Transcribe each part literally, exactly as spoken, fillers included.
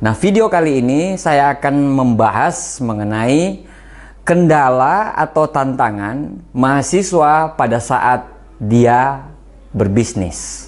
Nah, video kali ini saya akan membahas mengenai kendala atau tantangan mahasiswa pada saat dia berbisnis.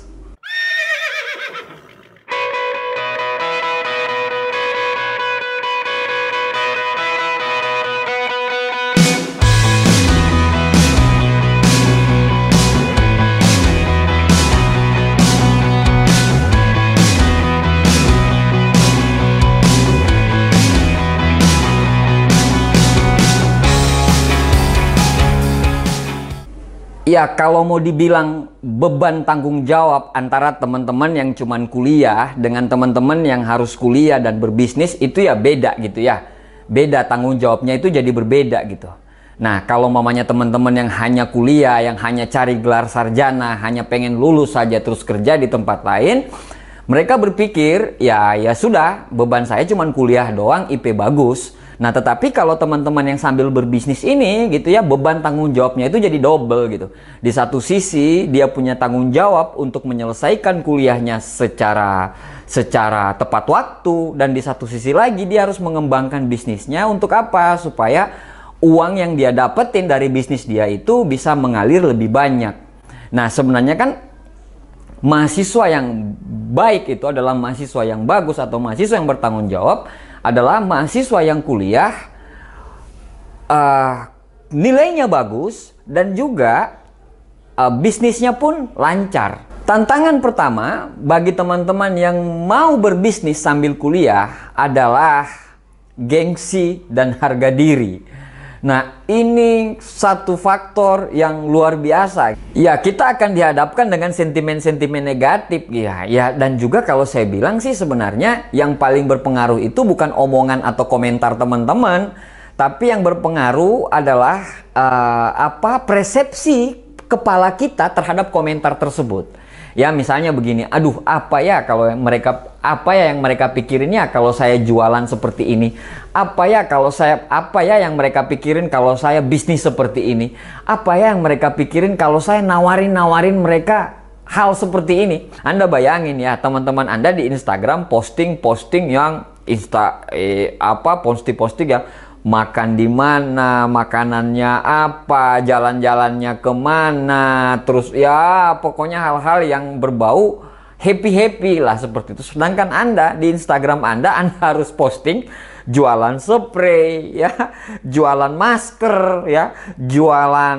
Ya, kalau mau dibilang beban tanggung jawab antara teman-teman yang cuman kuliah dengan teman-teman yang harus kuliah dan berbisnis, itu ya beda gitu ya. Beda, tanggung jawabnya itu jadi berbeda gitu. Nah, kalau mamanya teman-teman yang hanya kuliah, yang hanya cari gelar sarjana, hanya pengen lulus saja terus kerja di tempat lain, mereka berpikir, ya ya sudah, beban saya cuman kuliah doang, I P bagus. Nah, tetapi kalau teman-teman yang sambil berbisnis ini gitu ya, beban tanggung jawabnya itu jadi double gitu. Di satu sisi dia punya tanggung jawab untuk menyelesaikan kuliahnya secara secara tepat waktu, dan di satu sisi lagi dia harus mengembangkan bisnisnya untuk apa? Supaya uang yang dia dapetin dari bisnis dia itu bisa mengalir lebih banyak. Nah, sebenarnya kan mahasiswa yang baik itu adalah mahasiswa yang bagus atau mahasiswa yang bertanggung jawab adalah mahasiswa yang kuliah uh, nilainya bagus dan juga uh, bisnisnya pun lancar. Tantangan pertama bagi teman-teman yang mau berbisnis sambil kuliah adalah gengsi dan harga diri. Nah, ini satu faktor yang luar biasa. Ya, kita akan dihadapkan dengan sentimen-sentimen negatif ya. Ya, dan juga kalau saya bilang sih sebenarnya yang paling berpengaruh itu bukan omongan atau komentar teman-teman, tapi yang berpengaruh adalah uh, apa persepsi kepala kita terhadap komentar tersebut. Ya, misalnya begini, aduh apa ya kalau mereka apa ya yang mereka pikirin ya kalau saya jualan seperti ini? Apa ya kalau saya apa ya yang mereka pikirin kalau saya bisnis seperti ini? Apa ya yang mereka pikirin kalau saya nawarin-nawarin mereka hal seperti ini? Anda bayangin ya, teman-teman Anda di Instagram posting-posting yang insta eh, apa posting-posting yang makan di mana, makanannya apa, jalan-jalannya kemana, terus ya pokoknya hal-hal yang berbau happy-happy lah seperti itu. Sedangkan Anda di Instagram Anda, Anda harus posting jualan spray, ya, jualan masker, ya, jualan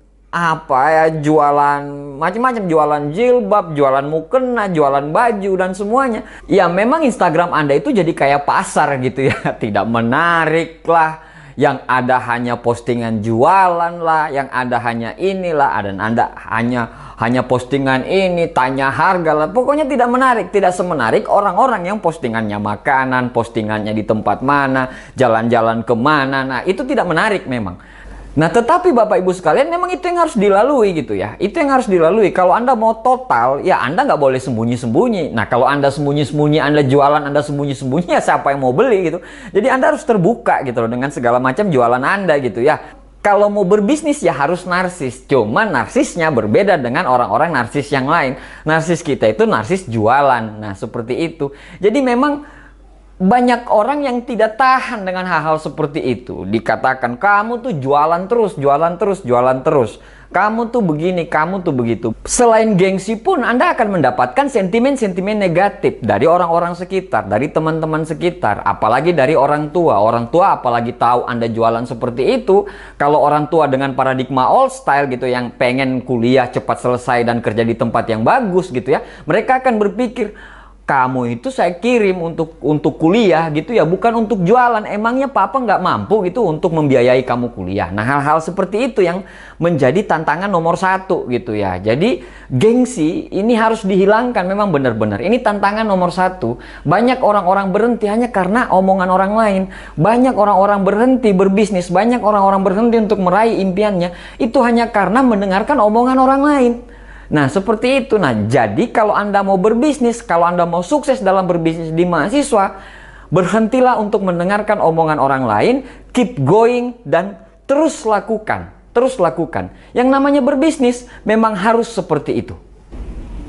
apa ya, jualan macam-macam, jualan jilbab, jualan mukena, jualan baju dan semuanya. Ya memang Instagram Anda itu jadi kayak pasar gitu ya, tidak menarik lah. Yang ada hanya postingan jualan lah, yang ada hanya inilah, dan Anda hanya hanya postingan ini, tanya harga lah. Pokoknya tidak menarik, tidak semenarik orang-orang yang postingannya makanan, postingannya di tempat mana, jalan-jalan kemana. Nah, itu tidak menarik memang. Nah, tetapi Bapak Ibu sekalian, memang itu yang harus dilalui gitu ya. Itu yang harus dilalui. Kalau Anda mau total, ya Anda nggak boleh sembunyi-sembunyi. Nah, kalau Anda sembunyi-sembunyi, Anda jualan, Anda sembunyi-sembunyi, ya siapa yang mau beli gitu. Jadi Anda harus terbuka gitu loh dengan segala macam jualan Anda gitu ya. Kalau mau berbisnis ya harus narsis. Cuma narsisnya berbeda dengan orang-orang narsis yang lain. Narsis kita itu narsis jualan. Nah, seperti itu. Jadi memang banyak orang yang tidak tahan dengan hal-hal seperti itu. Dikatakan, kamu tuh jualan terus, jualan terus, jualan terus. Kamu tuh begini, kamu tuh begitu. Selain gengsi pun Anda akan mendapatkan sentimen-sentimen negatif dari orang-orang sekitar, dari teman-teman sekitar. Apalagi dari orang tua. Orang tua apalagi tahu Anda jualan seperti itu. Kalau orang tua dengan paradigma old style gitu, yang pengen kuliah cepat selesai dan kerja di tempat yang bagus gitu ya, mereka akan berpikir, kamu itu saya kirim untuk untuk kuliah gitu ya, bukan untuk jualan. Emangnya papa nggak mampu gitu untuk membiayai kamu kuliah? Nah, hal-hal seperti itu yang menjadi tantangan nomor satu gitu ya. Jadi gengsi ini harus dihilangkan memang benar-benar. Ini tantangan nomor satu. Banyak orang-orang berhenti hanya karena omongan orang lain. Banyak orang-orang berhenti berbisnis, banyak orang-orang berhenti untuk meraih impiannya, itu hanya karena mendengarkan omongan orang lain. Nah, seperti itu. Nah, jadi kalau Anda mau berbisnis, kalau Anda mau sukses dalam berbisnis di mahasiswa, berhentilah untuk mendengarkan omongan orang lain, keep going, dan terus lakukan. Terus lakukan. Yang namanya berbisnis memang harus seperti itu.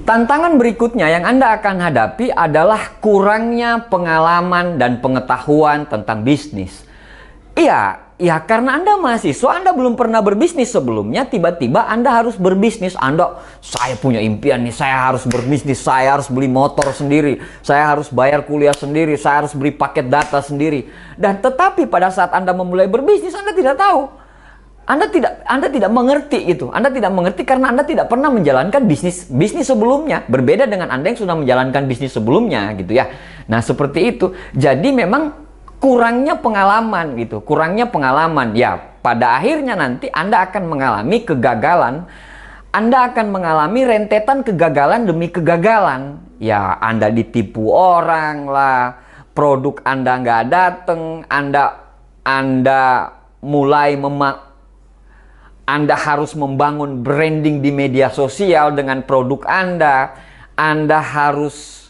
Tantangan berikutnya yang Anda akan hadapi adalah kurangnya pengalaman dan pengetahuan tentang bisnis. Iya, ya karena Anda mahasiswa, Anda belum pernah berbisnis sebelumnya, tiba-tiba Anda harus berbisnis. Anda, saya punya impian nih, saya harus berbisnis, saya harus beli motor sendiri, saya harus bayar kuliah sendiri, saya harus beli paket data sendiri. Dan tetapi pada saat Anda memulai berbisnis, Anda tidak tahu. Anda tidak Anda tidak mengerti gitu. Anda tidak mengerti karena Anda tidak pernah menjalankan bisnis bisnis sebelumnya. Berbeda dengan Anda yang sudah menjalankan bisnis sebelumnya gitu ya. Nah, seperti itu. Jadi memang kurangnya pengalaman gitu. Kurangnya pengalaman. Ya, pada akhirnya nanti Anda akan mengalami kegagalan. Anda akan mengalami rentetan kegagalan demi kegagalan. Ya, Anda ditipu orang lah. Produk Anda nggak datang. Anda Anda mulai memak Anda harus membangun branding di media sosial dengan produk Anda. Anda harus,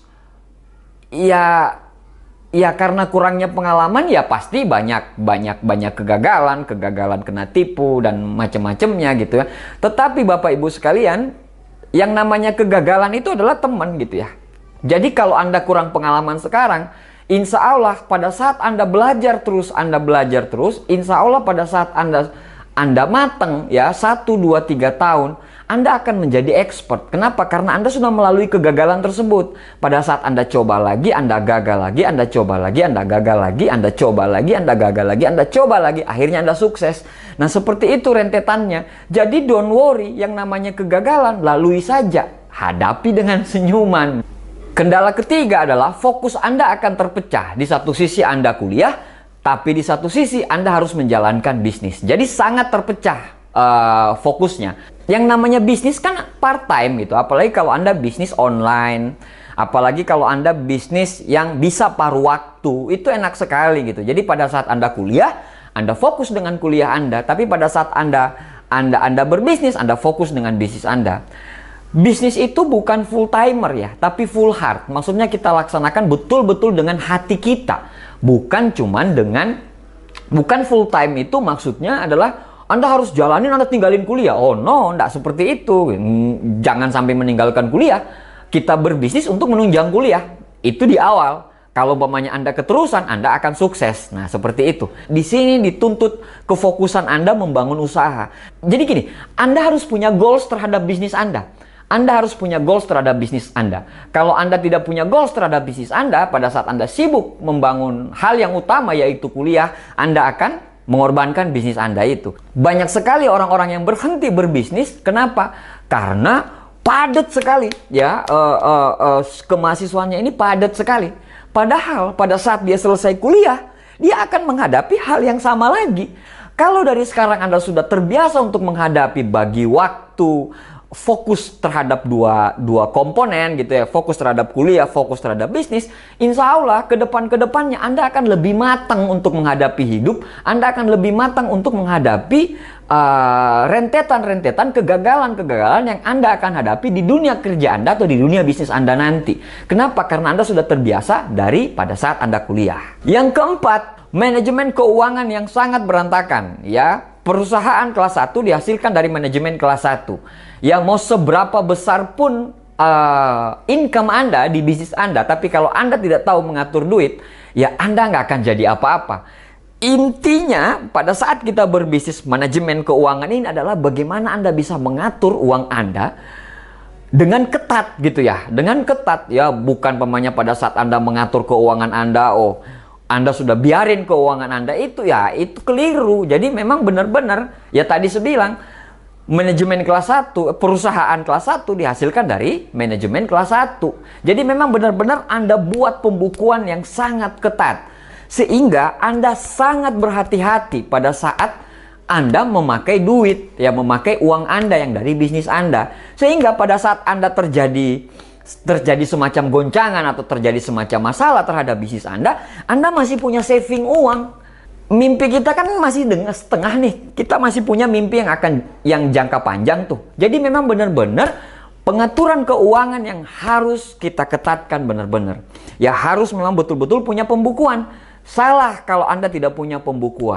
ya, ya karena kurangnya pengalaman ya pasti banyak, banyak, banyak kegagalan, kegagalan kena tipu dan macam-macamnya gitu ya. Tetapi Bapak Ibu sekalian, yang namanya kegagalan itu adalah teman gitu ya. Jadi kalau Anda kurang pengalaman sekarang, insya Allah pada saat Anda belajar terus, Anda belajar terus, insya Allah pada saat Anda Anda mateng ya, satu, dua, tiga tahun, Anda akan menjadi expert. Kenapa? Karena Anda sudah melalui kegagalan tersebut. Pada saat Anda coba lagi, Anda gagal lagi, Anda coba lagi, Anda gagal lagi, Anda coba lagi, Anda gagal lagi, Anda coba lagi, akhirnya Anda sukses. Nah, seperti itu rentetannya. Jadi don't worry, yang namanya kegagalan, lalui saja. Hadapi dengan senyuman. Kendala ketiga adalah fokus Anda akan terpecah. Di satu sisi Anda kuliah, tapi di satu sisi Anda harus menjalankan bisnis. Jadi sangat terpecah uh, fokusnya. Yang namanya bisnis kan part time gitu. Apalagi kalau Anda bisnis online. Apalagi kalau Anda bisnis yang bisa paruh waktu. Itu enak sekali gitu. Jadi pada saat Anda kuliah, Anda fokus dengan kuliah Anda. Tapi pada saat Anda Anda Anda berbisnis, Anda fokus dengan bisnis Anda. Bisnis itu bukan full timer ya, tapi full heart. Maksudnya kita laksanakan betul-betul dengan hati kita. Bukan cuman dengan, bukan full time itu maksudnya adalah Anda harus jalanin, Anda tinggalin kuliah. Oh no, enggak seperti itu. Jangan sampai meninggalkan kuliah. Kita berbisnis untuk menunjang kuliah. Itu di awal. Kalau umpamanya Anda keterusan, Anda akan sukses. Nah, seperti itu. Di sini dituntut kefokusan Anda membangun usaha. Jadi gini, Anda harus punya goals terhadap bisnis Anda. Anda harus punya goals terhadap bisnis Anda. Kalau Anda tidak punya goals terhadap bisnis Anda, pada saat Anda sibuk membangun hal yang utama yaitu kuliah, Anda akan mengorbankan bisnis Anda itu. Banyak sekali orang-orang yang berhenti berbisnis. Kenapa? Karena padat sekali ya, uh, uh, uh, kemahasiswaannya ini padat sekali. Padahal pada saat dia selesai kuliah, dia akan menghadapi hal yang sama lagi. Kalau dari sekarang Anda sudah terbiasa untuk menghadapi bagi waktu, fokus terhadap dua, dua komponen gitu ya, fokus terhadap kuliah, fokus terhadap bisnis, insya Allah ke depan ke depannya Anda akan lebih matang untuk menghadapi hidup, Anda akan lebih matang untuk menghadapi uh, rentetan-rentetan kegagalan-kegagalan yang Anda akan hadapi di dunia kerja Anda atau di dunia bisnis Anda nanti. Kenapa? Karena Anda sudah terbiasa dari pada saat Anda kuliah. Yang keempat, manajemen keuangan yang sangat berantakan ya. Perusahaan kelas satu dihasilkan dari manajemen kelas satu. Ya, mau seberapa besar pun uh, income Anda di bisnis Anda, tapi kalau Anda tidak tahu mengatur duit, ya Anda nggak akan jadi apa-apa. Intinya, pada saat kita berbisnis, manajemen keuangan ini adalah bagaimana Anda bisa mengatur uang Anda dengan ketat gitu ya. Dengan ketat ya, bukan pemanya pada saat Anda mengatur keuangan Anda, oh Anda sudah biarin keuangan Anda itu ya, itu keliru. Jadi memang benar-benar ya tadi saya bilang, manajemen kelas satu, perusahaan kelas satu dihasilkan dari manajemen kelas satu. Jadi memang benar-benar Anda buat pembukuan yang sangat ketat. Sehingga Anda sangat berhati-hati pada saat Anda memakai duit, ya memakai uang Anda yang dari bisnis Anda. Sehingga pada saat Anda terjadi terjadi semacam goncangan atau terjadi semacam masalah terhadap bisnis Anda, Anda masih punya saving uang. Mimpi kita kan masih dengan setengah nih. Kita masih punya mimpi yang akan yang jangka panjang tuh. Jadi memang benar-benar pengaturan keuangan yang harus kita ketatkan benar-benar. Ya harus memang betul-betul punya pembukuan. Salah kalau Anda tidak punya pembukuan.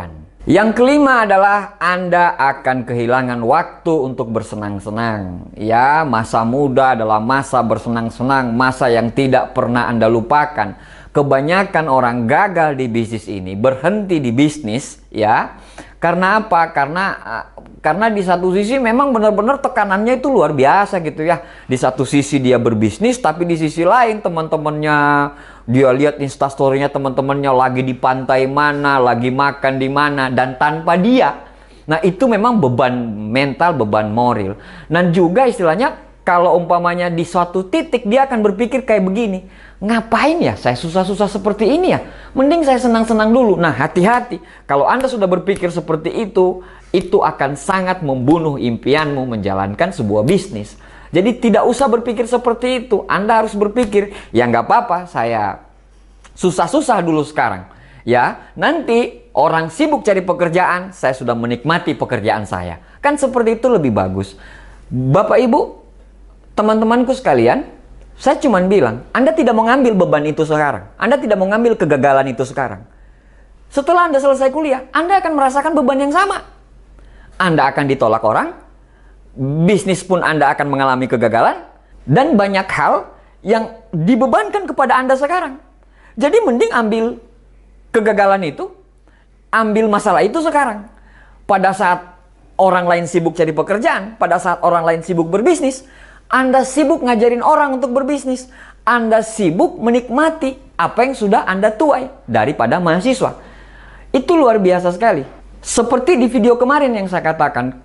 Yang kelima adalah Anda akan kehilangan waktu untuk bersenang-senang. Ya, masa muda adalah masa bersenang-senang, masa yang tidak pernah Anda lupakan. Kebanyakan orang gagal di bisnis ini, berhenti di bisnis, ya. Karena apa? Karena karena di satu sisi memang benar-benar tekanannya itu luar biasa gitu ya. Di satu sisi dia berbisnis, tapi di sisi lain teman-temannya, dia lihat instastorynya teman-temannya lagi di pantai mana, lagi makan di mana, dan tanpa dia. Nah, itu memang beban mental, beban moral. Dan juga istilahnya kalau umpamanya di suatu titik dia akan berpikir kayak begini, ngapain ya saya susah-susah seperti ini ya? Mending saya senang-senang dulu. Nah, hati-hati. Kalau Anda sudah berpikir seperti itu, itu akan sangat membunuh impianmu menjalankan sebuah bisnis. Jadi tidak usah berpikir seperti itu. Anda harus berpikir, ya nggak apa-apa, saya susah-susah dulu sekarang. Ya, nanti orang sibuk cari pekerjaan, saya sudah menikmati pekerjaan saya. Kan seperti itu lebih bagus. Bapak Ibu, teman-temanku sekalian, saya cuma bilang, Anda tidak mau ngambil beban itu sekarang. Anda tidak mau ngambil kegagalan itu sekarang. Setelah Anda selesai kuliah, Anda akan merasakan beban yang sama. Anda akan ditolak orang, bisnis pun Anda akan mengalami kegagalan, dan banyak hal yang dibebankan kepada Anda sekarang. Jadi mending ambil kegagalan itu, ambil masalah itu sekarang. Pada saat orang lain sibuk cari pekerjaan, pada saat orang lain sibuk berbisnis, Anda sibuk ngajarin orang untuk berbisnis. Anda sibuk menikmati apa yang sudah Anda tuai daripada mahasiswa. Itu luar biasa sekali. Seperti di video kemarin yang saya katakan,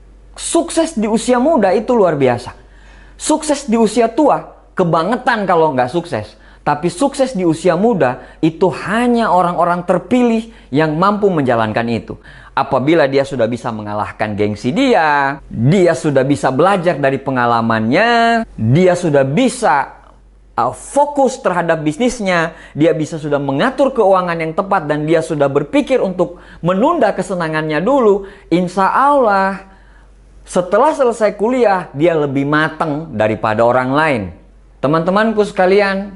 sukses di usia muda itu luar biasa. Sukses di usia tua, kebangetan kalau nggak sukses. Tapi sukses di usia muda itu hanya orang-orang terpilih yang mampu menjalankan itu. Apabila dia sudah bisa mengalahkan gengsi dia, dia sudah bisa belajar dari pengalamannya, dia sudah bisa uh, fokus terhadap bisnisnya, dia bisa sudah mengatur keuangan yang tepat, dan dia sudah berpikir untuk menunda kesenangannya dulu. Insya Allah, setelah selesai kuliah, dia lebih matang daripada orang lain. Teman-temanku sekalian,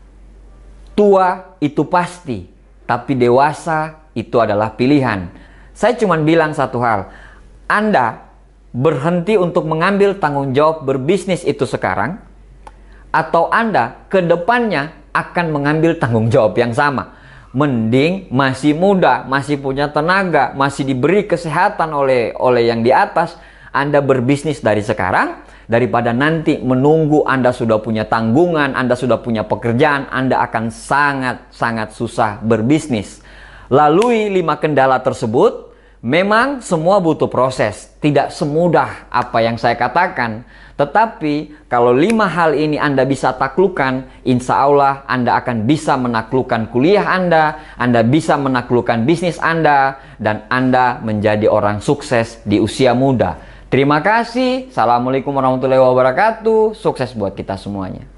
tua itu pasti, tapi dewasa itu adalah pilihan. Saya cuma bilang satu hal, Anda berhenti untuk mengambil tanggung jawab berbisnis itu sekarang, atau Anda ke depannya akan mengambil tanggung jawab yang sama. Mending masih muda, masih punya tenaga, masih diberi kesehatan oleh oleh yang di atas, Anda berbisnis dari sekarang, daripada nanti menunggu Anda sudah punya tanggungan, Anda sudah punya pekerjaan, Anda akan sangat-sangat susah berbisnis. Lalui lima kendala tersebut. Memang semua butuh proses, tidak semudah apa yang saya katakan. Tetapi kalau lima hal ini Anda bisa taklukkan, insya Allah Anda akan bisa menaklukkan kuliah Anda, Anda bisa menaklukkan bisnis Anda, dan Anda menjadi orang sukses di usia muda. Terima kasih. Assalamualaikum warahmatullahi wabarakatuh. Sukses buat kita semuanya.